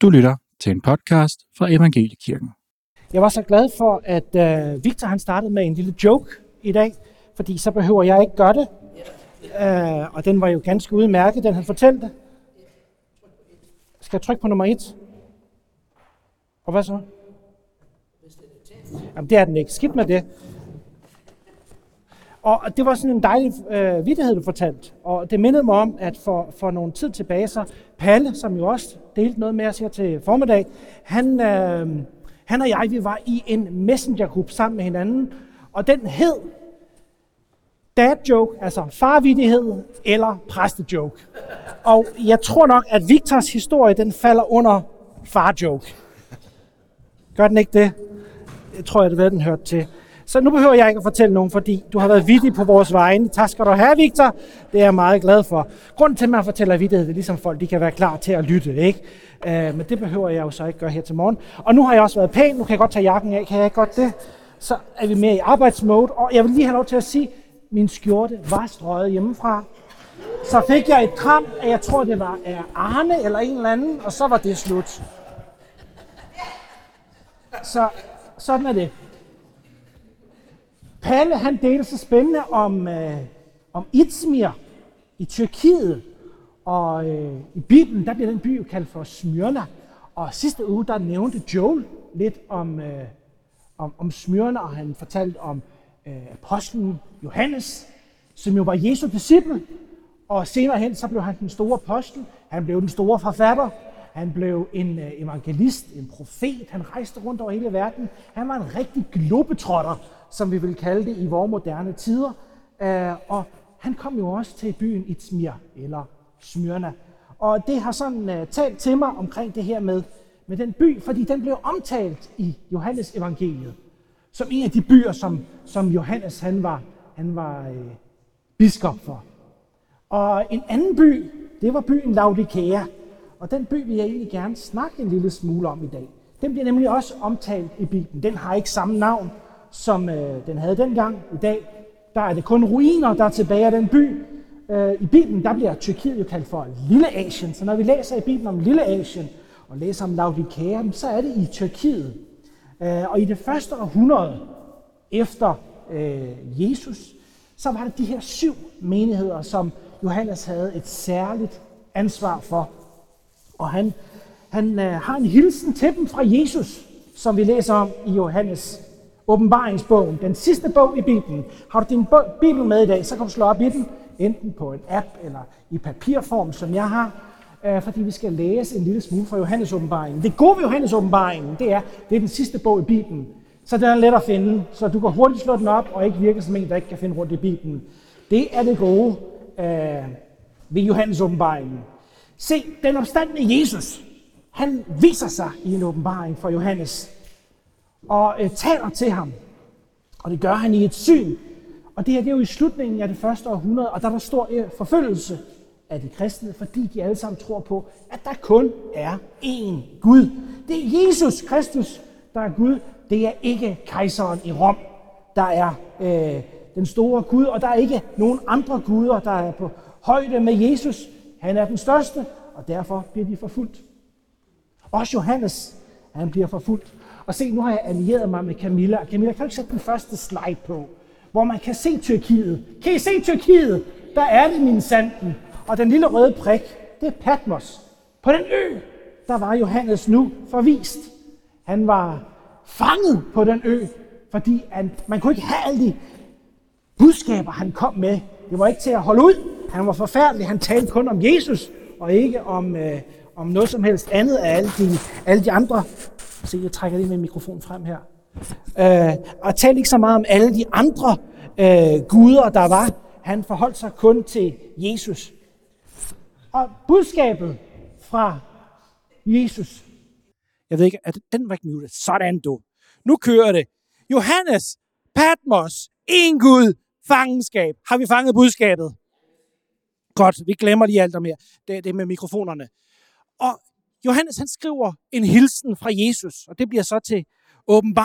Du lytter til en podcast fra Evangeliekirken. Jeg var så glad for, at Victor han startede med en lille joke i dag, fordi så behøver jeg ikke gøre det. Og den var jo ganske udmærket, den han fortalte. Skal jeg trykke på nummer 1? Og hvad så? Jamen det er den ikke. Skidt med det. Og det var sådan en dejlig vittighed, du fortalte. Og det mindede mig om, at for nogle tid tilbage, så Palle, som jo også delte noget med os her til formiddag, han og jeg, vi var i en messengergruppe sammen med hinanden, og den hed dad joke, altså farvittighed eller præstejoke. Og jeg tror nok, at Victors historie, den falder under farjoke. Gør den ikke det? Jeg tror, at det er, den hørte til. Så nu behøver jeg ikke at fortælle nogen, fordi du har været vittig på vores vegne. Tak skal du have, Victor. Det er jeg meget glad for. Grunden til, at man fortæller vittighed, det er ligesom folk, de kan være klar til at lytte, ikke? Men det behøver jeg jo så ikke gøre her til morgen. Og nu har jeg også været pæn. Nu kan jeg godt tage jakken af. Kan jeg ikke godt det? Så er vi mere i arbejdsmode. Og jeg vil lige have lov til at sige, at min skjorte var strøget hjemmefra. Så fik jeg et kram, at jeg tror, det var af Arne eller en eller anden, og så var det slut. Så sådan er det. Palle, han delte så spændende om Izmir i Tyrkiet, og i Bibelen, der bliver den by jo kaldt for Smyrna. Og sidste uge, der nævnte Joel lidt om Smyrna, og han fortalte om apostlen Johannes, som jo var Jesu disciple, og senere hen, så blev han den store apostel, han blev den store forfatter, han blev en evangelist, en profet, han rejste rundt over hele verden, han var en rigtig globetrotter, som vi vil kalde det i vores moderne tider. Og han kom jo også til byen Izmir, eller Smyrna. Og det har sådan talt til mig omkring det her med den by, fordi den blev omtalt i Johannes evangeliet, som en af de byer, som Johannes han var biskop for. Og en anden by, det var byen Laodikea. Og den by vil jeg egentlig gerne snakke en lille smule om i dag. Den bliver nemlig også omtalt i Bibelen. Den har ikke samme navn, som den havde dengang. I dag, der er det kun ruiner, der er tilbage af den by. I Bibelen, der bliver Tyrkiet jo kaldt for Lille Asien. Så når vi læser i Bibelen om Lille Asien, og læser om Laodikea, så er det i Tyrkiet. Og i det første århundrede efter Jesus, så var det de her 7 menigheder, som Johannes havde et særligt ansvar for. Og han har en hilsen til dem fra Jesus, som vi læser om i Johannes åbenbaringsbogen, den sidste bog i Bibelen. Har du din Bibel med i dag, så kan du slå op i den, enten på en app eller i papirform, som jeg har, fordi vi skal læse en lille smule fra Johannes åbenbaringen. Det gode ved Johannes åbenbaringen, det er den sidste bog i Bibelen, så den er let at finde, så du kan hurtigt slå den op og ikke virke som en, der ikke kan finde rundt i Bibelen. Det er det gode ved Johannes åbenbaringen. Se, den opstandne Jesus, han viser sig i en åbenbaring fra Johannes og taler til ham. Og det gør han i et syn. Og det her, det er jo i slutningen af det første århundrede, og der er stor forfølgelse af de kristne, fordi de alle sammen tror på, at der kun er én Gud. Det er Jesus Kristus, der er Gud. Det er ikke kejseren i Rom, der er den store Gud, og der er ikke nogen andre guder, der er på højde med Jesus. Han er den største, og derfor bliver de forfulgt. Også Johannes, han bliver forfulgt. Og se, nu har jeg allieret mig med Camilla. Camilla, kan du ikke sætte den første slide på, hvor man kan se Tyrkiet? Kan I se Tyrkiet? Der er det, min sanden. Og den lille røde prik, det er Patmos. På den ø, der var Johannes nu forvist. Han var fanget på den ø, fordi man kunne ikke have alle de budskaber, han kom med. Det var ikke til at holde ud. Han var forfærdelig. Han talte kun om Jesus, og ikke om noget som helst andet af alle de andre. Se, jeg trækker lige med mikrofonen frem her. Og talte ikke så meget om alle de andre guder, der var. Han forholdt sig kun til Jesus. Og budskabet fra Jesus. Jeg ved ikke, at den var ikke muted. Sådan du. Nu kører det. Johannes, Patmos, en Gud, fangenskab. Har vi fanget budskabet? Godt, vi glemmer lige alt og mere. Det med mikrofonerne. Og Johannes, han skriver en hilsen fra Jesus, og det bliver så til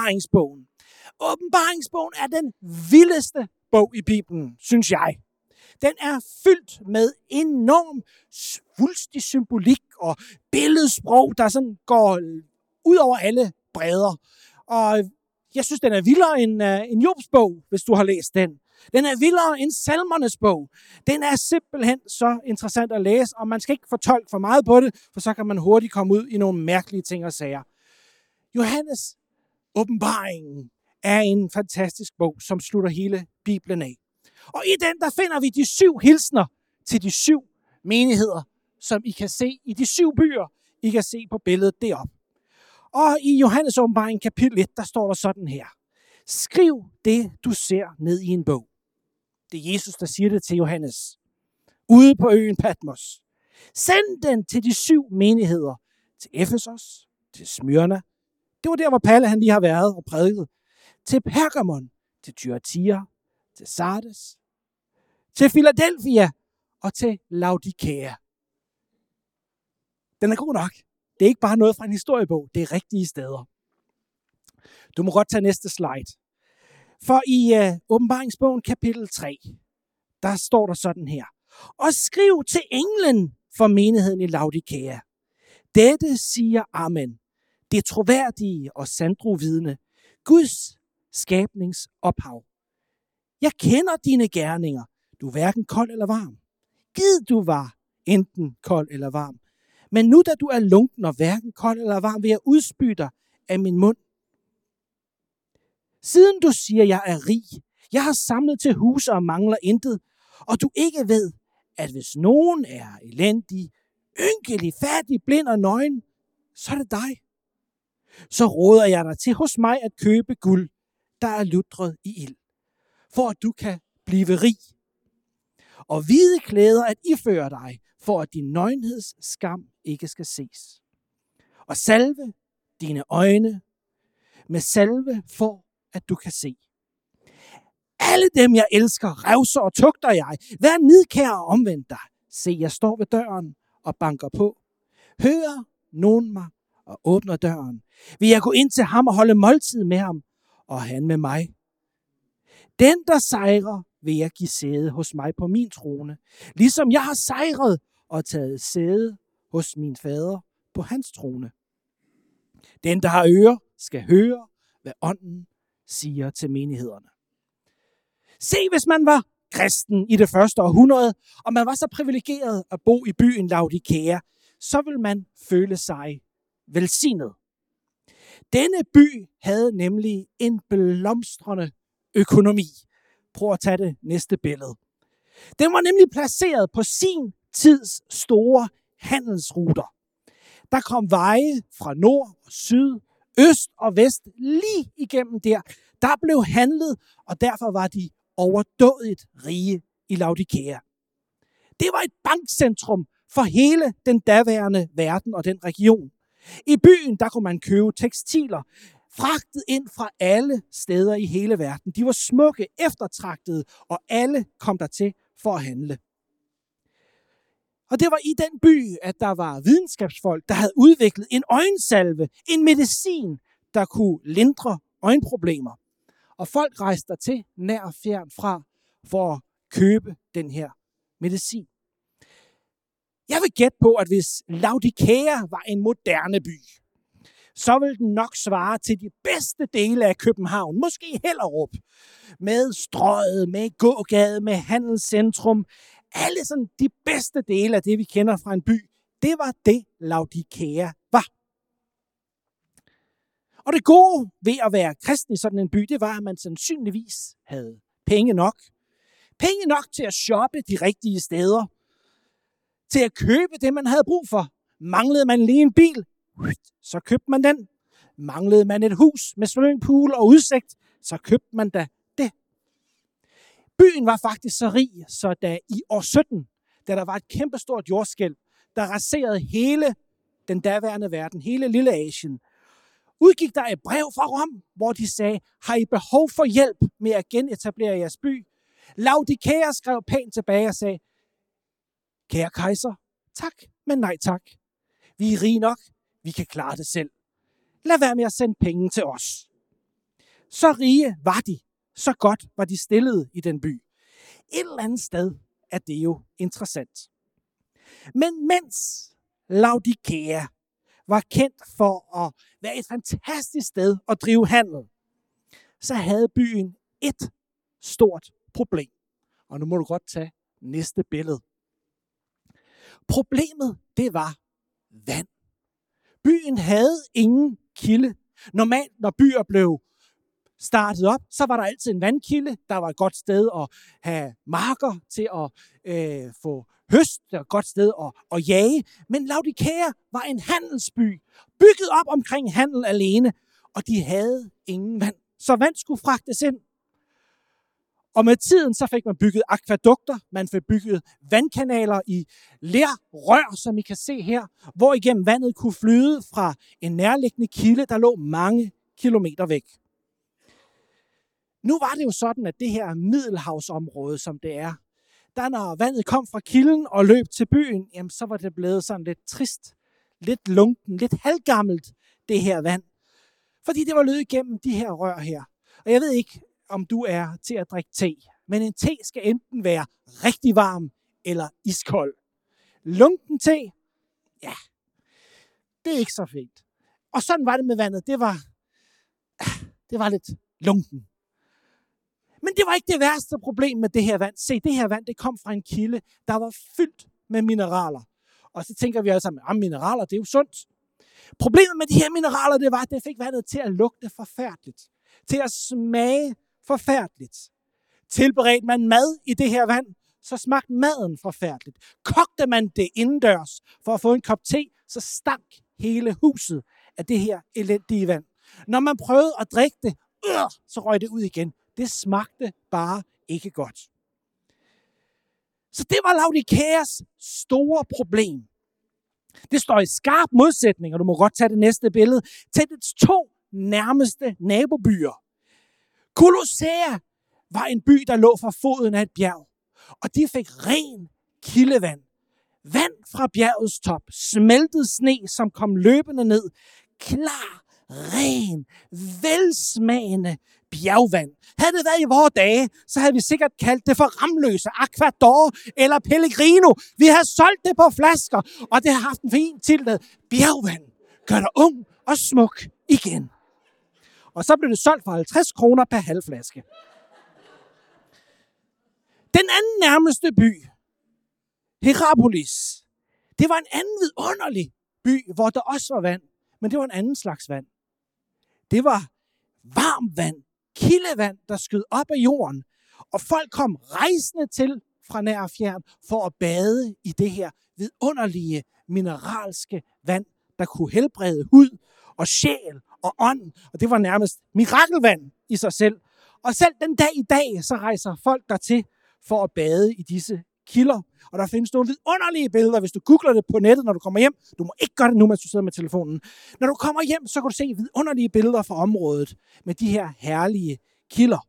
åbenbaringsbogen. Åbenbaringsbogen er den vildeste bog i Bibelen, synes jeg. Den er fyldt med enorm svulstig symbolik og billedsprog, der sådan går ud over alle bredder. Og jeg synes, den er vildere end Jobs bog, hvis du har læst den. Den er vildere end Salmernes bog. Den er simpelthen så interessant at læse, og man skal ikke fortolke for meget på det, for så kan man hurtigt komme ud i nogle mærkelige ting og sager. Johannes Åbenbaringen er en fantastisk bog, som slutter hele Bibelen af. Og i den, der finder vi de 7 hilsner til de 7 menigheder, som I kan se i de 7 byer, I kan se på billedet deroppe. Og i Johannes Åbenbaringen kapitel 1, der står der sådan her. Skriv det, du ser ned i en bog. Det er Jesus, der siger det til Johannes. Ude på øen Patmos. Send den til de 7 menigheder. Til Efesos, til Smyrna. Det var der, hvor Palle han lige har været og prædiket. Til Pergamon, til Thyatira, til Sardes, til Philadelphia og til Laodikea. Den er god nok. Det er ikke bare noget fra en historiebog. Det er rigtige steder. Du må godt tage næste slide. For i åbenbaringsbogen kapitel 3, der står der sådan her. Og skriv til englen for menigheden i Laodikea. Dette siger Amen. Det troværdige og sandtrovidne. Guds skabningsophav. Jeg kender dine gerninger. Du er hverken kold eller varm. Gid du var enten kold eller varm. Men nu da du er lunken og hverken kold eller varm, vil jeg udspy dig af min mund. Siden du siger, jeg er rig, jeg har samlet til huse og mangler intet, og du ikke ved, at hvis nogen er elendig, ynkelig, fattig, blind og nøgen, så er det dig. Så råder jeg dig til hos mig at købe guld, der er lutret i ild, for at du kan blive rig. Og hvide klæder at iføre dig, for at din nøgenheds skam ikke skal ses. Og salve dine øjne med salve, for at du kan se. Alle dem, jeg elsker, revser og tugter jeg. Vær nidkær og omvend dig. Se, jeg står ved døren og banker på. Hører nogen mig og åbner døren. Vil jeg gå ind til ham og holde måltid med ham, og han med mig. Den, der sejrer, vil jeg give sæde hos mig på min trone, ligesom jeg har sejret og taget sæde hos min fader på hans trone. Den, der har ører, skal høre, hvad ånden siger til menighederne. Se, hvis man var kristen i det første århundrede, og man var så privilegeret at bo i byen Laodikea, så vil man føle sig velsignet. Denne by havde nemlig en blomstrende økonomi. Prøv at tage det næste billede. Den var nemlig placeret på sin tids store handelsruter. Der kom veje fra nord og syd, øst og vest lige igennem der. Der blev handlet, og derfor var de overdådigt rige i Laodikea. Det var et bankcentrum for hele den daværende verden og den region. I byen, der kunne man købe tekstiler, fragtet ind fra alle steder i hele verden. De var smukke, eftertragtede, og alle kom dertil for at handle. Og det var i den by, at der var videnskabsfolk, der havde udviklet en øjensalve, en medicin, der kunne lindre øjenproblemer. Og folk rejste dertil nær og fjern fra for at købe den her medicin. Jeg vil gætte på, at hvis Laodikea var en moderne by, så ville den nok svare til de bedste dele af København, måske Hellerup, med Strøget, med gågade, med handelscentrum. Alle sådan de bedste dele af det, vi kender fra en by, det var det, Laodikea var. Og det gode ved at være kristen i sådan en by, det var, at man sandsynligvis havde penge nok. Penge nok til at shoppe de rigtige steder. Til at købe det, man havde brug for. Manglede man lige en bil, så købte man den. Manglede man et hus med swimmingpool og udsigt, så købte man da det. Byen var faktisk så rig, så da i år 17, da der var et kæmpestort jordskælv, der raserede hele den daværende verden, hele Lille Asien, udgik der et brev fra Rom, hvor de sagde, har I behov for hjælp med at genetablere jeres by? Laodikea skrev pænt tilbage og sagde, kære kejser, tak, men nej tak. Vi er rige nok, vi kan klare det selv. Lad være med at sende penge til os. Så rige var de, så godt var de stillede i den by. Et eller andet sted er det jo interessant. Men mens Laodikea var kendt for at være et fantastisk sted at drive handel, så havde byen et stort problem. Og nu må du godt tage næste billede. Problemet, det var vand. Byen havde ingen kilde. Normalt, når byer blev startet op, så var der altid en vandkilde. Der var et godt sted at have marker til at få høst. Der var et godt sted at jage. Men Laodikea var en handelsby, bygget op omkring handel alene, og de havde ingen vand. Så vand skulle fragtes ind. Og med tiden så fik man bygget akvædukter, man fik bygget vandkanaler i lerrør, som I kan se her, hvor igennem vandet kunne flyde fra en nærliggende kilde, der lå mange kilometer væk. Nu var det jo sådan, at det her middelhavsområde, som det er, der når vandet kom fra kilden og løb til byen, jamen så var det blevet sådan lidt trist, lidt lunken, lidt halvgammelt, det her vand. Fordi det var løbet igennem de her rør her. Og jeg ved ikke, om du er til at drikke te, men en te skal enten være rigtig varm eller iskold. Lunken te, ja, det er ikke så fint. Og sådan var det med vandet. Det var lidt lunken. Men det var ikke det værste problem med det her vand. Se, det her vand, det kom fra en kilde, der var fyldt med mineraler. Og så tænker vi alle sammen, at mineraler, det er jo sundt. Problemet med de her mineraler, det var, at det fik vandet til at lugte forfærdeligt. Til at smage forfærdeligt. Tilberedte man mad i det her vand, så smagte maden forfærdeligt. Kogte man det indendørs for at få en kop te, så stank hele huset af det her elendige vand. Når man prøvede at drikke det, så røg det ud igen. Det smagte bare ikke godt. Så det var Laodikeas store problem. Det står i skarp modsætning, og du må godt tage det næste billede, til dets 2 nærmeste nabobyer. Kolossæa var en by, der lå for foden af et bjerg, og de fik ren kildevand. Vand fra bjergets top, smeltet sne, som kom løbende ned, klar, ren, velsmagende bjergvand. Havde det været i vore dage, så havde vi sikkert kaldt det for Ramløse, Aquador eller Pellegrino. Vi havde solgt det på flasker, og det har haft en fin titel. Bjergvand gør dig ung og smuk igen. Og så blev det solgt for 50 kroner per halv flaske. Den anden nærmeste by, Hierapolis, det var en anden vidunderlig by, hvor der også var vand, men det var en anden slags vand. Det var varmt vand, kildevand, der skød op af jorden, og folk kom rejsende til fra nær og fjern for at bade i det her vidunderlige mineralske vand, der kunne helbrede hud og sjæl og ånd, og det var nærmest mirakelvand i sig selv. Og selv den dag i dag, så rejser folk dertil for at bade i disse kilder. Og der findes nogle vidunderlige billeder, hvis du googler det på nettet, når du kommer hjem. Du må ikke gøre det nu, mens du sidder med telefonen. Når du kommer hjem, så kan du se vidunderlige billeder fra området med de her herlige kilder.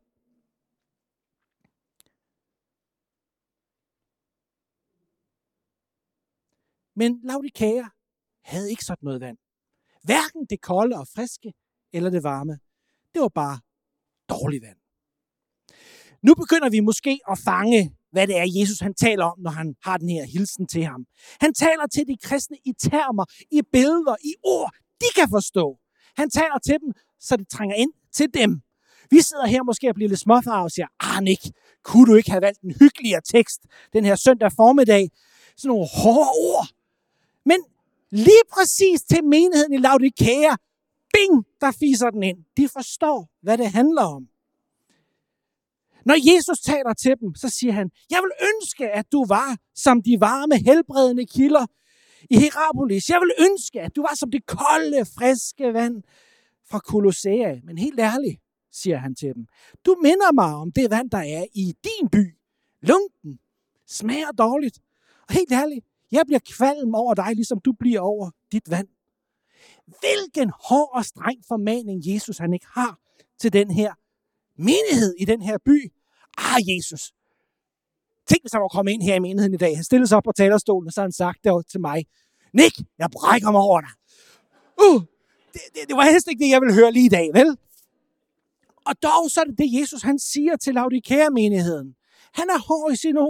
Men Laodikea havde ikke sådan noget vand. Hverken det kolde og friske, eller det varme. Det var bare dårligt vand. Nu begynder vi måske at fange, hvad det er, Jesus han taler om, når han har den her hilsen til ham. Han taler til de kristne i termer, i billeder, i ord, de kan forstå. Han taler til dem, så det trænger ind til dem. Vi sidder her måske og bliver lidt småfarve og siger, Nick, kunne du ikke have valgt en hyggeligere tekst den her søndag formiddag? Sådan nogle hårde ord. Men lige præcis til menigheden i Laodikea, bing, der fiser den ind. De forstår, hvad det handler om. Når Jesus taler til dem, så siger han, jeg vil ønske, at du var som de varme, helbredende kilder i Hierapolis. Jeg vil ønske, at du var som det kolde, friske vand fra Kolossæa. Men helt ærligt, siger han til dem, du minder mig om det vand, der er i din by. Lunken, smager dårligt. Og helt ærligt, jeg bliver kvalm over dig, ligesom du bliver over dit vand. Hvilken hård og streng formaning Jesus han ikke har til den her menighed i den her by. Jesus. Tænk, hvis han var kommet ind her i menigheden i dag. Han stillede sig op på talerstolen, og så han sagt det til mig. Nick, jeg brækker mig over dig. Det var helst ikke det, jeg ville høre lige i dag, vel? Og dog så er det Jesus, han siger til Laodikea-menigheden. Han er hård i sine ord.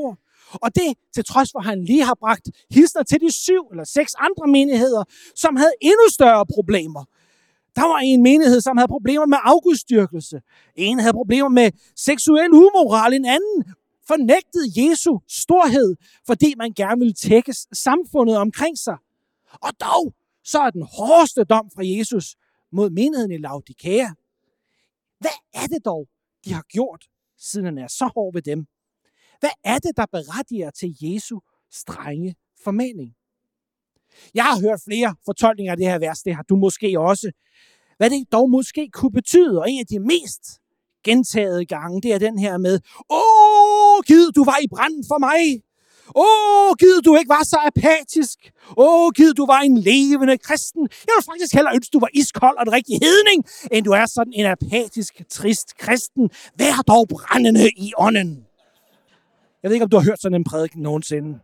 Og det til trods for, at han lige har bragt hilsner til de 7 eller 6 andre menigheder, som havde endnu større problemer. Der var en menighed, som havde problemer med afgudsdyrkelse. En havde problemer med seksuel umoral. En anden fornægtede Jesu storhed, fordi man gerne ville tække samfundet omkring sig. Og dog, så er den hårdeste dom fra Jesus mod menigheden i Laodikea. Hvad er det dog, de har gjort, siden han er så hård ved dem? Hvad er det, der berettiger til Jesu strenge formaning? Jeg har hørt flere fortolkninger af det her vers, det har du måske også. Hvad det dog måske kunne betyde, og en af de mest gentagede gange, det er den her med, Gid du var i branden for mig. Gid du ikke var så apatisk. Gid du var en levende kristen. Jeg vil faktisk hellere ønske, du var iskold og en rigtig hedning, end du er sådan en apatisk, trist kristen. Vær dog brændende i ånden. Jeg ved ikke, om du har hørt sådan en prædiken nogensinde.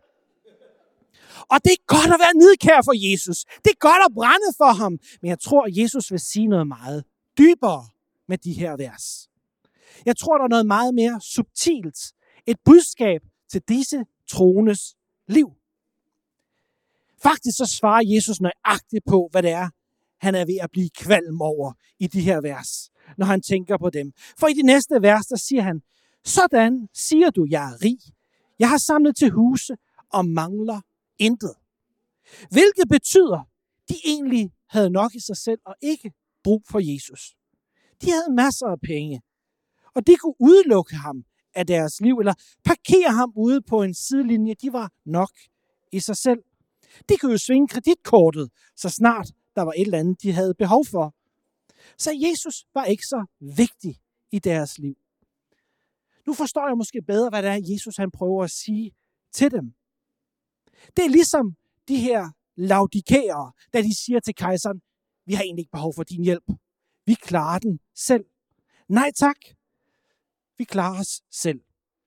Og det er godt at være nidkær for Jesus. Det er godt at brænde for ham. Men jeg tror, at Jesus vil sige noget meget dybere med de her vers. Jeg tror, der er noget meget mere subtilt. Et budskab til disse troendes liv. Faktisk så svarer Jesus nøjagtigt på, hvad det er, han er ved at blive kvalm over i de her vers, når han tænker på dem. For i de næste vers, der siger han, sådan siger du, jeg er rig. Jeg har samlet til huse og mangler intet. Hvilket betyder, de egentlig havde nok i sig selv og ikke brug for Jesus. De havde masser af penge, og de kunne udelukke ham af deres liv, eller parkere ham ude på en sidelinje. De var nok i sig selv. De kunne jo svinge kreditkortet, så snart der var et eller andet, de havde behov for. Så Jesus var ikke så vigtig i deres liv. Nu forstår jeg måske bedre, hvad det er, Jesus han prøver at sige til dem. Det er ligesom de her laodikæere, da de siger til kejseren, vi har egentlig ikke behov for din hjælp. Vi klarer den selv. Nej tak. Vi klarer os selv.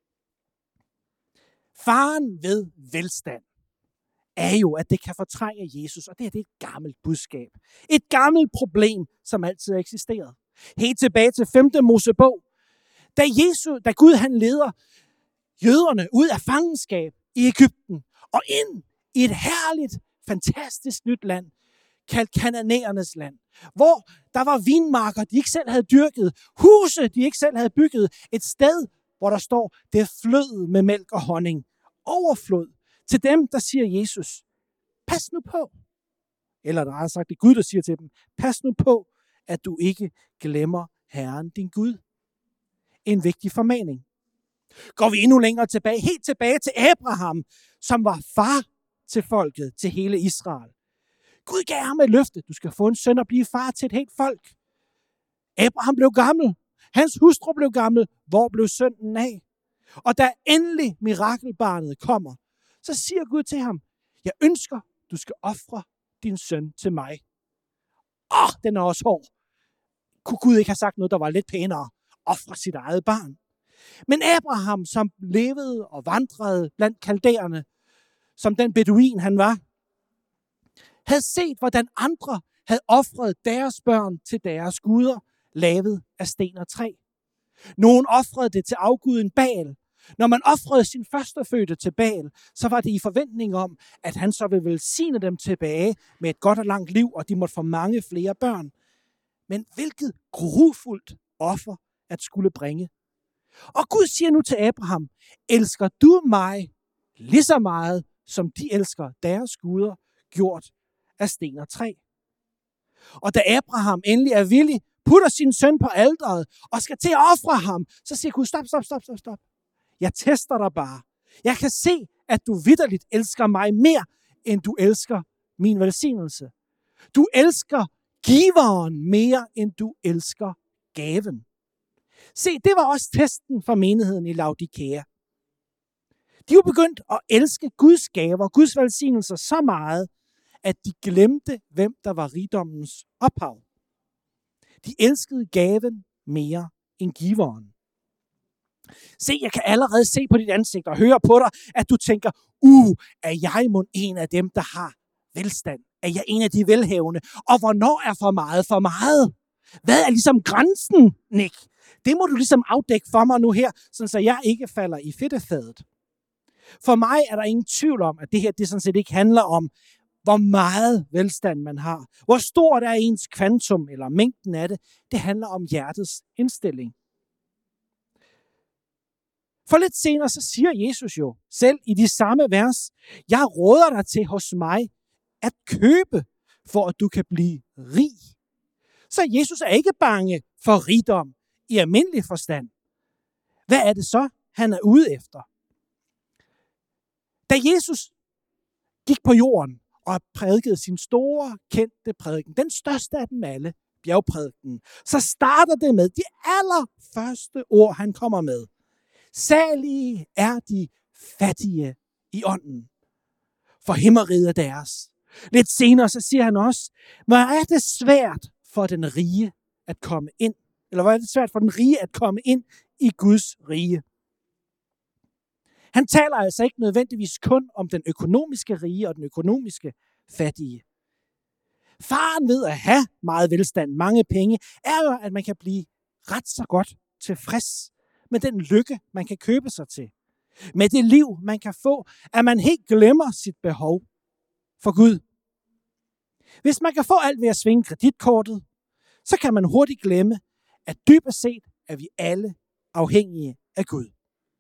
Faren ved velstand er jo, at det kan fortrænge Jesus, og det er et gammelt budskab. Et gammelt problem, som altid har eksisteret. Helt tilbage til 5. Mosebog, da Gud han leder jøderne ud af fangenskab i Egypten og ind i et herligt, fantastisk nyt land, kaldt Kananæernes land, hvor der var vinmarker, de ikke selv havde dyrket, huse, de ikke selv havde bygget, et sted, hvor der står, det flød med mælk og honning, overflod. Til dem, der siger Jesus, pas nu på. Eller der har sagt, det er Gud, der siger til dem, pas nu på, at du ikke glemmer Herren, din Gud. En vigtig formaning. Går vi endnu længere tilbage, helt tilbage til Abraham, som var far til folket, til hele Israel. Gud gav ham et løfte, du skal få en søn og blive far til et helt folk. Abraham blev gammel, hans hustru blev gammel, hvor blev sønnen af? Og da endelig mirakelbarnet kommer, så siger Gud til ham, jeg ønsker, du skal ofre din søn til mig. Den er også hård. Kunne Gud ikke have sagt noget, der var lidt pænere? Ofre sit eget barn. Men Abraham, som levede og vandrede blandt kaldæerne, som den beduin han var, havde set, hvordan andre havde ofret deres børn til deres guder, lavet af sten og træ. Nogen ofrede det til afguden Baal. Når man ofrede sin førstefødte til Baal, så var det i forventning om, at han så ville velsigne dem tilbage med et godt og langt liv, og de måtte få mange flere børn. Men hvilket grufuldt offer at skulle bringe. Og Gud siger nu til Abraham, elsker du mig lige så meget, som de elsker deres guder, gjort af sten og træ. Og da Abraham endelig er villig, putter sin søn på alteret og skal til at ofre ham, så siger Gud, stop. Jeg tester dig bare. Jeg kan se, at du vitterligt elsker mig mere, end du elsker min velsignelse. Du elsker giveren mere, end du elsker gaven. Se, det var også testen for menigheden i Laodikea. De var begyndt at elske Guds gaver, Guds velsignelser så meget, at de glemte, hvem der var rigdommens ophav. De elskede gaven mere end giveren. Se, jeg kan allerede se på dit ansigt og høre på dig, at du tænker, er jeg mon en af dem, der har velstand? Er jeg en af de velhavende? Og hvornår er for meget for meget? Hvad er ligesom grænsen, Nick? Det må du ligesom afdække for mig nu her, så jeg ikke falder i fedtefadet. For mig er der ingen tvivl om, at det her det sådan set ikke handler om, hvor meget velstand man har. Hvor stort er ens kvantum eller mængden af det. Det handler om hjertets indstilling. For lidt senere så siger Jesus jo selv i de samme vers, jeg råder dig til hos mig at købe, for at du kan blive rig. Så Jesus er ikke bange for rigdom i almindelig forstand. Hvad er det så, han er ude efter? Da Jesus gik på jorden og prædikede sin store, kendte prædiken, den største af dem alle, bjergprædiken, så starter det med de allerførste ord, han kommer med. Salige er de fattige i ånden, for himmeriget er deres. Lidt senere så siger han også, hvor er det svært for den rige at komme ind, eller hvor er det svært for den rige at komme ind i Guds rige. Han taler altså ikke nødvendigvis kun om den økonomiske rige og den økonomiske fattige. Faren ved at have meget velstand, mange penge, er jo, at man kan blive ret så godt tilfreds med den lykke, man kan købe sig til. Med det liv, man kan få, at man helt glemmer sit behov for Gud. Hvis man kan få alt ved at svinge kreditkortet, så kan man hurtigt glemme, at dybest set er vi alle afhængige af Gud.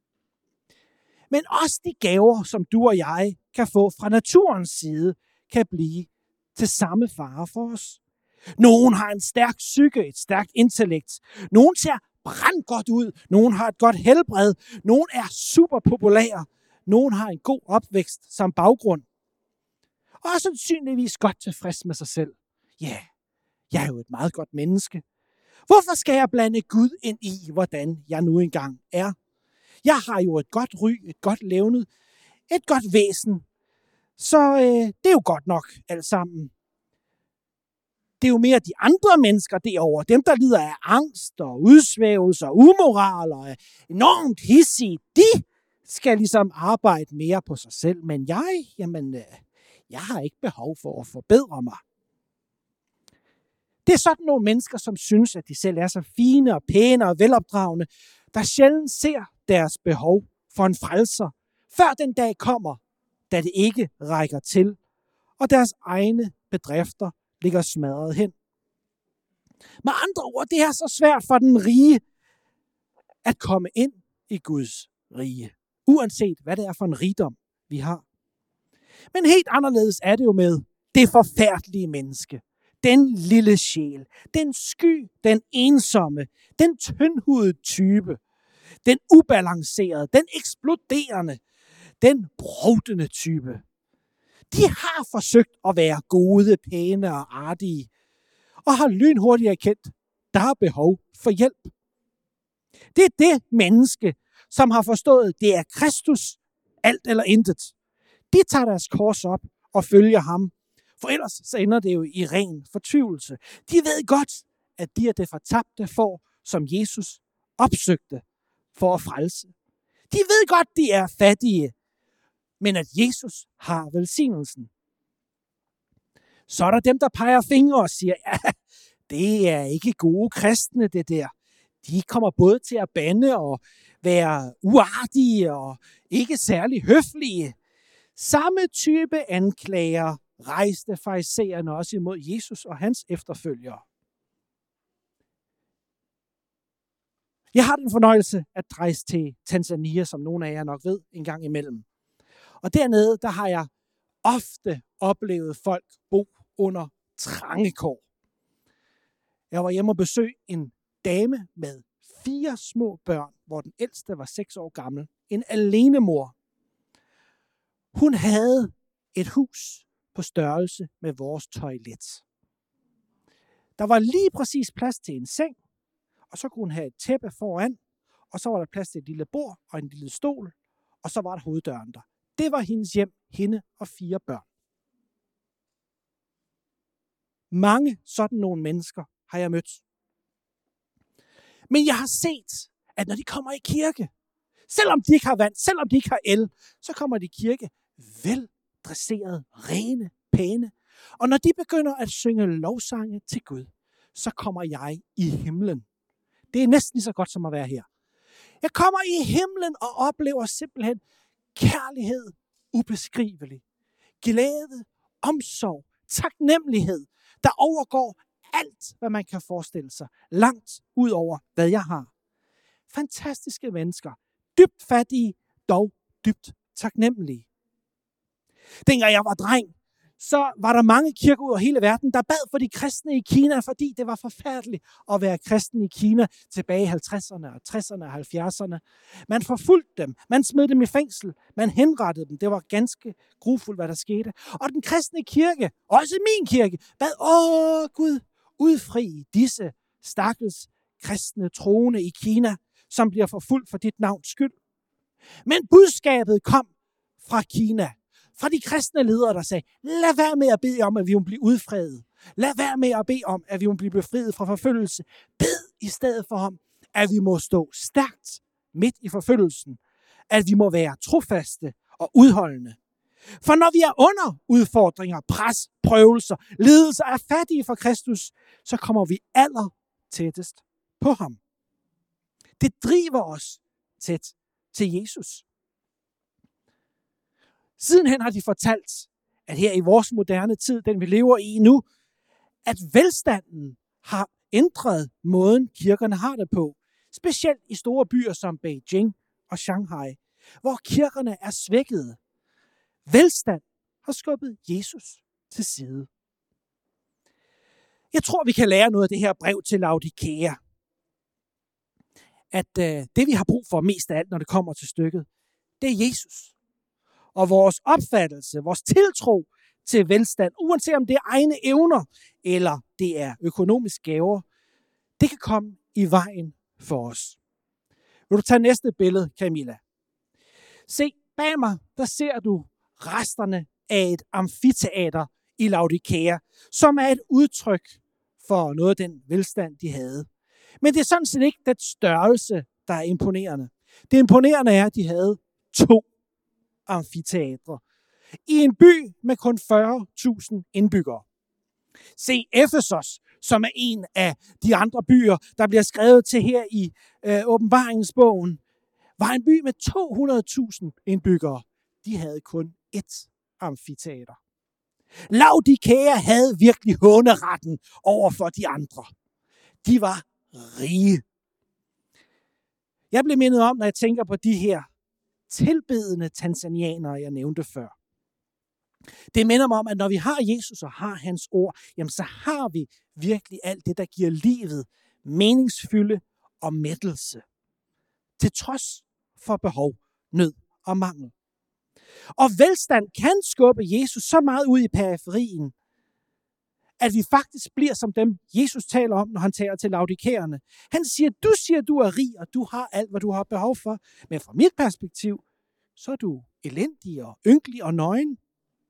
Men også de gaver, som du og jeg kan få fra naturens side, kan blive til samme fare for os. Nogen har en stærk psyke, et stærkt intellekt. Nogen ser brandgodt ud. Nogen har et godt helbred. Nogen er super populære. Nogen har en god opvækst som baggrund. Og er sandsynligvis godt tilfreds med sig selv. Ja, jeg er jo et meget godt menneske. Hvorfor skal jeg blande Gud ind i, hvordan jeg nu engang er? Jeg har jo et godt ry, et godt levned, et godt væsen. Så det er jo godt nok alt sammen. Det er jo mere de andre mennesker derovre, dem der lider af angst og udsvævelse og umoral og er enormt hissige, de skal ligesom arbejde mere på sig selv. Men jeg har ikke behov for at forbedre mig. Det er sådan nogle mennesker, som synes, at de selv er så fine og pæne og velopdragende, der sjældent ser deres behov for en frelser, før den dag kommer, da det ikke rækker til, og deres egne bedrifter ligger smadret hen. Med andre ord, det er så svært for den rige at komme ind i Guds rige, uanset hvad det er for en rigdom, vi har. Men helt anderledes er det jo med det forfærdelige menneske, den lille sjæl, den sky, den ensomme, den tyndhudede type, den ubalancerede, den eksploderende, den brovtende type. De har forsøgt at være gode, pæne og artige, og har lynhurtigt erkendt, der er behov for hjælp. Det er det menneske, som har forstået, det er Kristus, alt eller intet. De tager deres kors op og følger ham, for ellers så ender det jo i ren fortvivlelse. De ved godt, at de er det fortabte får, som Jesus opsøgte for at frelse. De ved godt, de er fattige, men at Jesus har velsignelsen. Så er der dem, der peger fingre og siger, ja, det er ikke gode kristne, det der. De kommer både til at bande og være uartige og ikke særlig høflige. Samme type anklager rejste farisæerne også imod Jesus og hans efterfølgere. Jeg har den fornøjelse at rejse til Tanzania, som nogle af jer nok ved, en gang imellem. Og dernede, der har jeg ofte oplevet folk bo under trange kår. Jeg var hjemme og besøgte en dame med 4 små børn, hvor den ældste var 6 år gammel. En alenemor. Hun havde et hus på størrelse med vores toilet. Der var lige præcis plads til en seng, og så kunne hun have et tæppe foran, og så var der plads til et lille bord og en lille stol, og så var der hoveddøren der. Det var hendes hjem, hende og 4 børn. Mange sådan nogle mennesker har jeg mødt. Men jeg har set, at når de kommer i kirke, selvom de ikke har vand, selvom de ikke har el, så kommer de i kirke veldresserede, rene, pæne. Og når de begynder at synge lovsange til Gud, så kommer jeg i himlen. Det er næsten lige så godt som at være her. Jeg kommer i himlen og oplever simpelthen kærlighed ubeskrivelig, glæde, omsorg, taknemmelighed, der overgår alt, hvad man kan forestille sig, langt ud over, hvad jeg har. Fantastiske mennesker, dybt fattige, dog dybt taknemmelige. Dengang jeg var dreng, så var der mange kirker ud over hele verden, der bad for de kristne i Kina, fordi det var forfærdeligt at være kristen i Kina tilbage i 50'erne og 60'erne og 70'erne. Man forfulgte dem, man smed dem i fængsel, man henrettede dem. Det var ganske grufuldt, hvad der skete. Og den kristne kirke, også min kirke, bad, Gud, udfri disse stakkels kristne troende i Kina, som bliver forfulgt for dit navns skyld. Men budskabet kom fra Kina, fra de kristne ledere, der sagde, lad være med at bede om, at vi må blive udfredet. Lad være med at bede om, at vi må blive befriet fra forfølgelse. Bed i stedet for om, at vi må stå stærkt midt i forfølgelsen. At vi må være trofaste og udholdende. For når vi er under udfordringer, pres, prøvelser, lidelser af fattige for Kristus, så kommer vi aller tættest på ham. Det driver os tæt til Jesus. Sidenhen har de fortalt, at her i vores moderne tid, den vi lever i nu, at velstanden har ændret måden, kirkerne har det på. Specielt i store byer som Beijing og Shanghai, hvor kirkerne er svækkede. Velstand har skubbet Jesus til side. Jeg tror, vi kan lære noget af det her brev til Laodikea. At det, vi har brug for mest af alt, når det kommer til stykket, det er Jesus. Og vores opfattelse, vores tiltro til velstand, uanset om det er egne evner, eller det er økonomiske gaver, det kan komme i vejen for os. Vil du tage næste billede, Camilla? Se, bag mig, der ser du resterne af et amfiteater i Laodikea, som er et udtryk for noget af den velstand, de havde. Men det er sådan set ikke den størrelse, der er imponerende. Det imponerende er, at de havde 2 amfiteatre i en by med kun 40.000 indbyggere. Se, Efesos, som er en af de andre byer, der bliver skrevet til her i åbenbaringsbogen, var en by med 200.000 indbyggere. De havde kun 1 amfiteater. Laodikea havde virkelig håneretten over for de andre. De var rige. Jeg blev mindet om, når jeg tænker på de her tilbedende tanzanianere, jeg nævnte før. Det minder mig om, at når vi har Jesus og har hans ord, jamen så har vi virkelig alt det, der giver livet meningsfylde og mættelse. Til trods for behov, nød og mangel. Og velstand kan skubbe Jesus så meget ud i periferien, at vi faktisk bliver som dem, Jesus taler om, når han taler til laodikæerne. Han siger, du er rig, og du har alt, hvad du har behov for. Men fra mit perspektiv, så er du elendig og ynkelig og nøgen.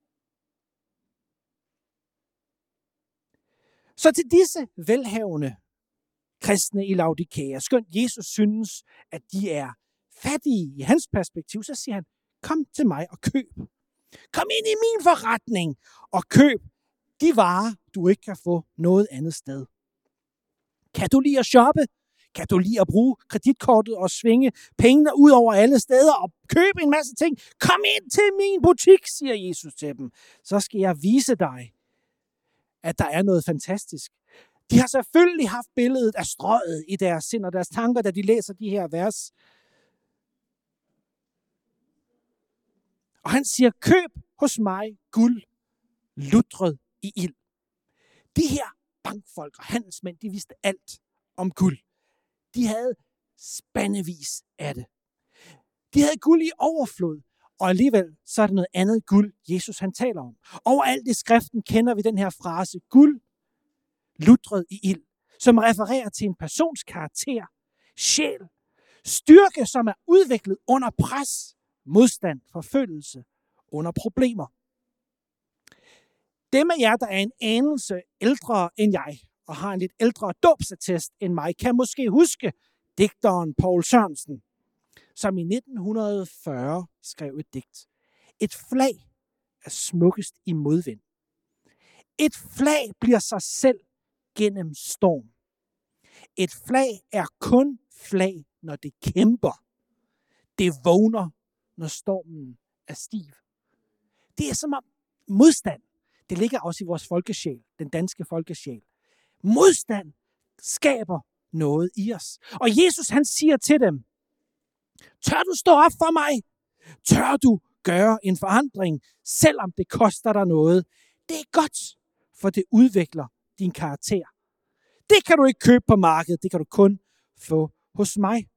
Så til disse velhavende kristne i Laodikea, skønt Jesus synes, at de er fattige i hans perspektiv, så siger han, kom til mig og køb. Kom ind i min forretning og køb de varer, du ikke kan få noget andet sted. Kan du lide at shoppe? Kan du lide at bruge kreditkortet og svinge pengene ud over alle steder og købe en masse ting? Kom ind til min butik, siger Jesus til dem. Så skal jeg vise dig, at der er noget fantastisk. De har selvfølgelig haft billedet af strøget i deres sind og deres tanker, da de læser de her vers. Og han siger, køb hos mig guld, lutret i ild. De her bankfolk og handelsmænd, de vidste alt om guld. De havde spandevis af det. De havde guld i overflod, og alligevel så er det noget andet guld, Jesus han taler om. Overalt i skriften kender vi den her frase, guld, lutret i ild, som refererer til en persons karakter, sjæl, styrke, som er udviklet under pres, modstand, forfølgelse, under problemer. Dem af jer, der er en anelse ældre end jeg, og har en lidt ældre dåbsattest end mig, kan måske huske digteren Poul Sørensen, som i 1940 skrev et digt. Et flag er smukkest i modvind. Et flag bliver sig selv gennem storm. Et flag er kun flag, når det kæmper. Det vågner når stormen er stiv. Det er som om modstand, det ligger også i vores folkesjæl, den danske folkesjæl. Modstand skaber noget i os. Og Jesus han siger til dem, tør du stå op for mig? Tør du gøre en forandring, selvom det koster dig noget? Det er godt, for det udvikler din karakter. Det kan du ikke købe på markedet, det kan du kun få hos mig.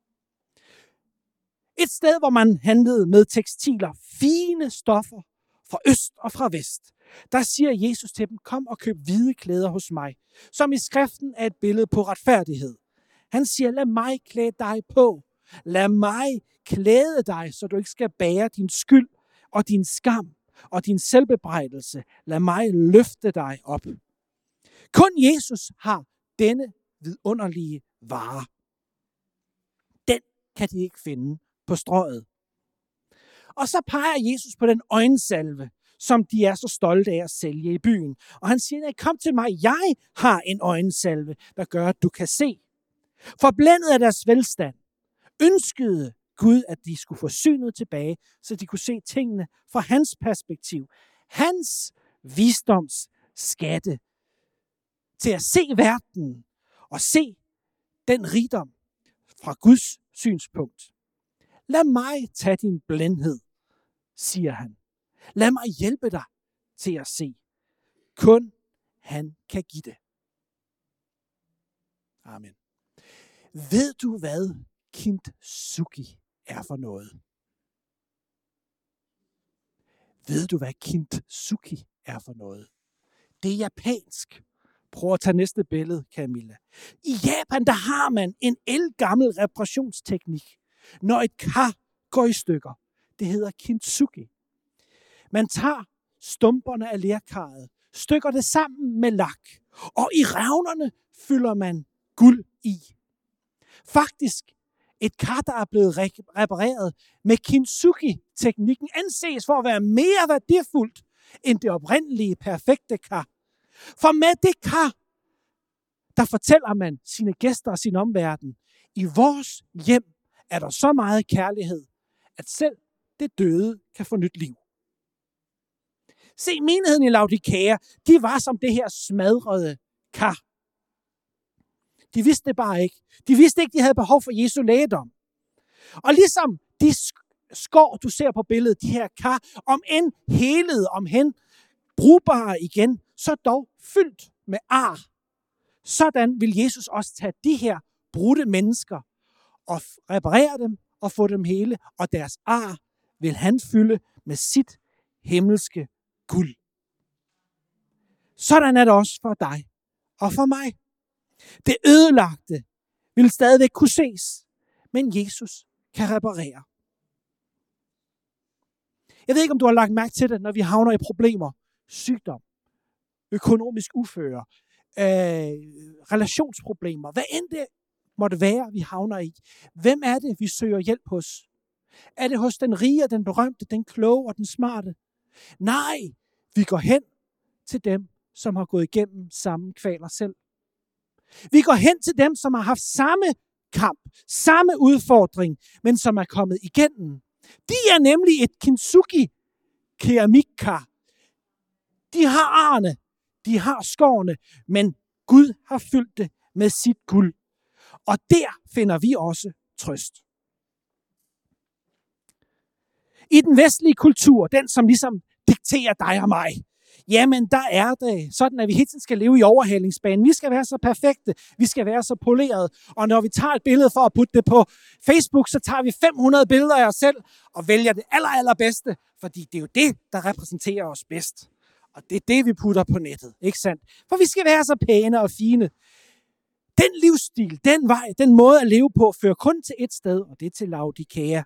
Et sted, hvor man handlede med tekstiler, fine stoffer fra øst og fra vest. Der siger Jesus til dem, kom og køb hvide klæder hos mig, som i skriften er et billede på retfærdighed. Han siger, lad mig klæde dig på. Lad mig klæde dig, så du ikke skal bære din skyld og din skam og din selvbebrejdelse. Lad mig løfte dig op. Kun Jesus har denne vidunderlige vare. Den kan de ikke finde på strøget. Og så peger Jesus på den øjensalve, som de er så stolte af at sælge i byen. Og han siger, kom til mig, jeg har en øjensalve, der gør, at du kan se. Forblændet af deres velstand, ønskede Gud, at de skulle få synet tilbage, så de kunne se tingene fra hans perspektiv. Hans visdomsskatte til at se verden og se den rigdom fra Guds synspunkt. Lad mig tage din blindhed, siger han. Lad mig hjælpe dig til at se. Kun han kan give det. Amen. Ved du, hvad kintsugi er for noget? Ved du, hvad kintsugi er for noget? Det er japansk. Prøv at tage næste billede, Camilla. I Japan, der har man en ældgammel reparationsteknik, når et kar går i stykker. Det hedder kintsugi. Man tager stumperne af lerkarret, stykker det sammen med lak, og i revnerne fylder man guld i. Faktisk, et kar, der er blevet repareret med kintsugi-teknikken, anses for at være mere værdifuldt end det oprindelige perfekte kar. For med det kar, der fortæller man sine gæster og sin omverden, i vores hjem er der så meget kærlighed, at selv det døde kan få nyt liv. Se, menigheden i Laodikea, de var som det her smadrede kar. De vidste det bare ikke. De vidste ikke, de havde behov for Jesu lægedom. Og ligesom de skår, du ser på billedet, de her kar, om end helede, om hen brugbare igen, så dog fyldt med ar. Sådan vil Jesus også tage de her brudte mennesker og reparere dem og få dem hele, og deres ar vil han fylde med sit himmelske guld. Sådan er det også for dig og for mig. Det ødelagte vil stadigvæk kunne ses, men Jesus kan reparere. Jeg ved ikke, om du har lagt mærke til det, når vi havner i problemer, sygdom, økonomisk uføre, relationsproblemer, hvad end det måtte være, vi havner i. Hvem er det, vi søger hjælp hos? Er det hos den rige, den berømte, den kloge og den smarte? Nej, vi går hen til dem, som har gået igennem samme kvaler selv. Vi går hen til dem, som har haft samme kamp, samme udfordring, men som er kommet igennem. De er nemlig et kintsugi-keramikkar. De har arne, de har skårene, men Gud har fyldt det med sit guld. Og der finder vi også trøst. I den vestlige kultur, den som ligesom dikterer dig og mig, jamen der er det sådan, at vi hele tiden skal leve i overhalingsbanen. Vi skal være så perfekte, vi skal være så polerede, og når vi tager et billede for at putte det på Facebook, så tager vi 500 billeder af os selv og vælger det allerbedste, fordi det er jo det, der repræsenterer os bedst. Og det er det, vi putter på nettet, ikke sandt? For vi skal være så pæne og fine. Den livsstil, den vej, den måde at leve på, fører kun til et sted, og det er til Laodikea.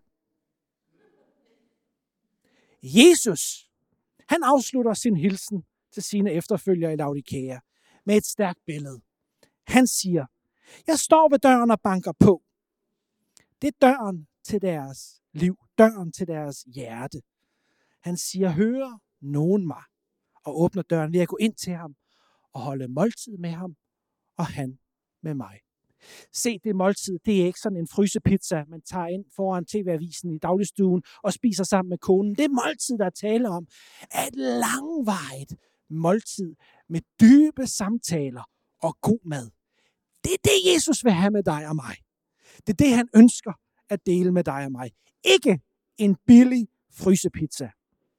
Jesus, han afslutter sin hilsen til sine efterfølgere i Laodikea med et stærkt billede. Han siger, jeg står ved døren og banker på. Det er døren til deres liv, døren til deres hjerte. Han siger, hører nogen mig, og åbner døren ved at gå ind til ham og holde måltid med ham, og han med mig. Se, det måltid, det er ikke sådan en frysepizza, man tager ind foran TV-avisen i dagligstuen og spiser sammen med konen. Det måltid, der taler om, er et langvarigt måltid med dybe samtaler og god mad. Det er det, Jesus vil have med dig og mig. Det er det, han ønsker at dele med dig og mig. Ikke en billig frysepizza.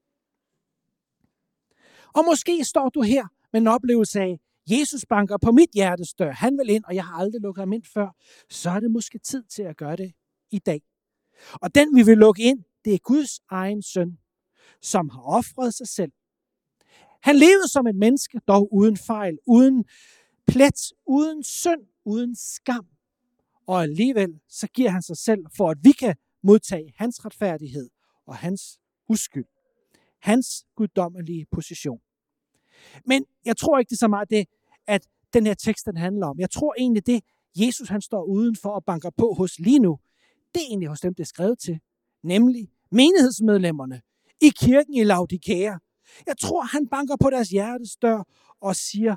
Og måske står du her med en oplevelse af, Jesus banker på mit hjertes dør. Han vil ind, og jeg har aldrig lukket ham ind før. Så er det måske tid til at gøre det i dag. Og den, vi vil lukke ind, det er Guds egen søn, som har ofret sig selv. Han levede som et menneske, dog uden fejl, uden plet, uden synd, uden skam. Og alligevel så giver han sig selv, for at vi kan modtage hans retfærdighed og hans uskyld. Hans guddommelige position. Men jeg tror ikke, det er så meget det, at den her tekst den handler om. Jeg tror egentlig det, Jesus han står udenfor og banker på hos lige nu, det er egentlig hos dem, det er skrevet til. Nemlig menighedsmedlemmerne i kirken i Laodikea. Jeg tror, han banker på deres hjertes dør og siger,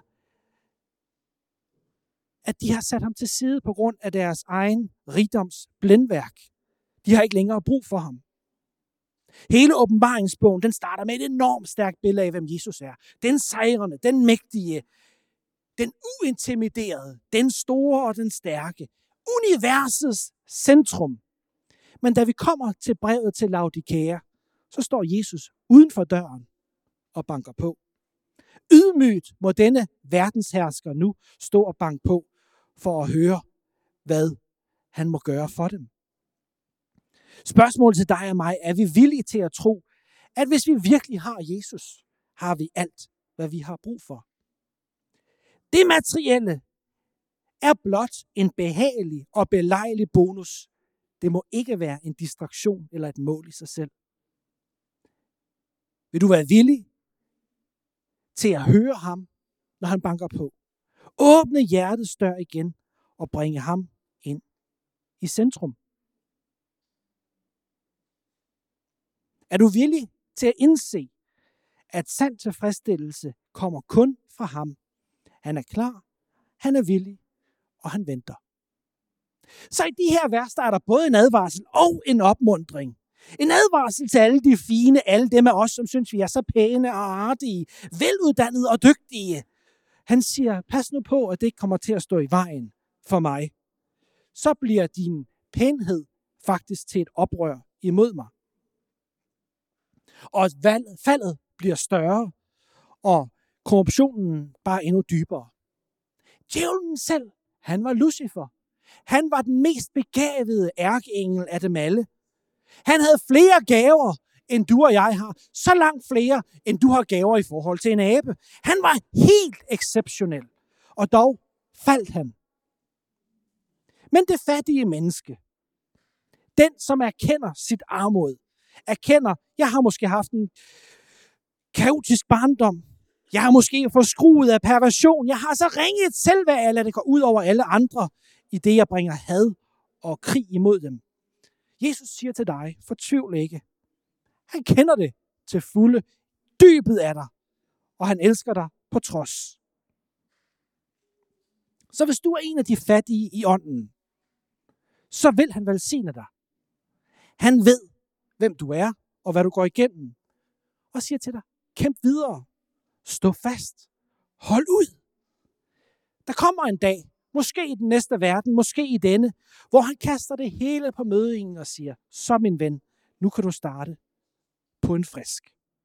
at de har sat ham til side på grund af deres egen rigdoms blændværk. De har ikke længere brug for ham. Hele åbenbaringsbogen, den starter med et enormt stærkt billede af, hvem Jesus er. Den sejrende, den mægtige, den uintimiderede, den store og den stærke. Universets centrum. Men da vi kommer til brevet til Laodikea, så står Jesus uden for døren og banker på. Ydmygt må denne verdenshersker nu stå og banke på for at høre, hvad han må gøre for dem. Spørgsmålet til dig og mig, er vi villige til at tro, at hvis vi virkelig har Jesus, har vi alt, hvad vi har brug for. Det materielle er blot en behagelig og belejlig bonus. Det må ikke være en distraktion eller et mål i sig selv. Vil du være villig til at høre ham, når han banker på? Åbne hjertets dør igen og bringe ham ind i centrum. Er du villig til at indse, at sand tilfredsstillelse kommer kun fra ham? Han er klar, han er villig, og han venter. Så i de her vers, der er der både en advarsel og en opmuntring. En advarsel til alle de fine, alle dem af os, som synes, vi er så pæne og artige, veluddannede og dygtige. Han siger, pas nu på, at det ikke kommer til at stå i vejen for mig. Så bliver din pænhed faktisk til et oprør imod mig. Og faldet bliver større, og korruptionen bare endnu dybere. Djævlen selv, han var Lucifer. Han var den mest begavede ærkeengel af dem alle. Han havde flere gaver, end du og jeg har. Så langt flere, end du har gaver i forhold til en abe. Han var helt exceptionel. Og dog faldt han. Men det fattige menneske, den som erkender sit armod, erkender, jeg har måske haft en kaotisk barndom. Jeg har måske forskruet af perversion. Jeg har så ringet et selvværd, at jeg lader det gå ud over alle andre, i det jeg bringer had og krig imod dem. Jesus siger til dig, fortvivl ikke. Han kender det til fulde, dybet af dig, og han elsker dig på trods. Så hvis du er en af de fattige i ånden, så vil han velsigne dig. Han ved, hvem du er, og hvad du går igennem, og siger til dig, kæmp videre, stå fast, hold ud. Der kommer en dag, måske i den næste verden, måske i denne, hvor han kaster det hele på mødingen og siger, så min ven, nu kan du starte på en frisk.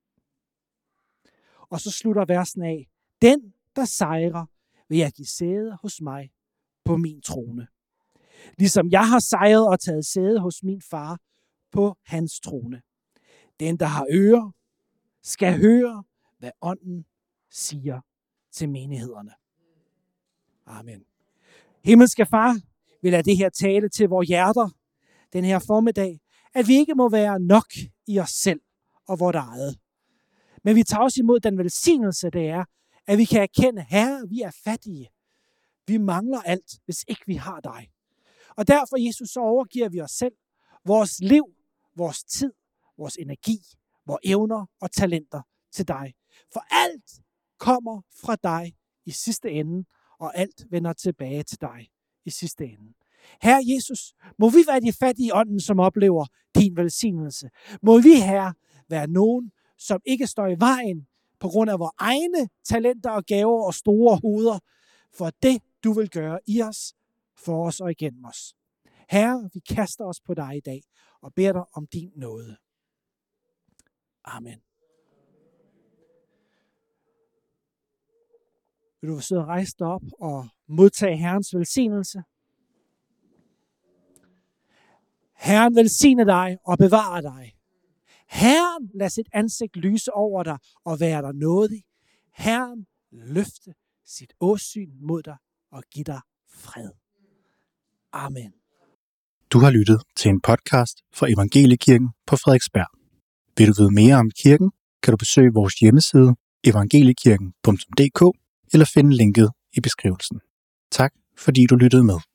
Og så slutter versen af, den, der sejrer, vil jeg give sæde hos mig på min trone. Ligesom jeg har sejret og taget sæde hos min far på hans trone. Den, der har ører, skal høre, hvad ånden siger til menighederne. Amen. Himmelske Far, vi lader det her tale til vores hjerter den her formiddag, at vi ikke må være nok i os selv og vores eget. Men vi tager også imod den velsignelse, det er, at vi kan erkende, Herre, vi er fattige. Vi mangler alt, hvis ikke vi har dig. Og derfor, Jesus, så overgiver vi os selv, vores liv, vores tid, vores energi, vores evner og talenter til dig. For alt kommer fra dig i sidste ende, og alt vender tilbage til dig i sidste ende. Herre Jesus, må vi være de fattige i ånden, som oplever din velsignelse. Må vi, Herre, være nogen, som ikke står i vejen på grund af vores egne talenter og gaver og store hoveder, for det, du vil gøre i os, for os og igennem os. Herre, vi kaster os på dig i dag og beder dig om din nåde. Amen. Vil du sidde og rejse dig op og modtage Herrens velsignelse? Herren velsigne dig og bevare dig. Herren lad sit ansigt lyse over dig og være dig nådig. Herren løfte sit åsyn mod dig og give dig fred. Amen. Du har lyttet til en podcast fra Evangeliekirken på Frederiksberg. Vil du vide mere om kirken, kan du besøge vores hjemmeside evangeliekirken.dk eller finde linket i beskrivelsen. Tak fordi du lyttede med.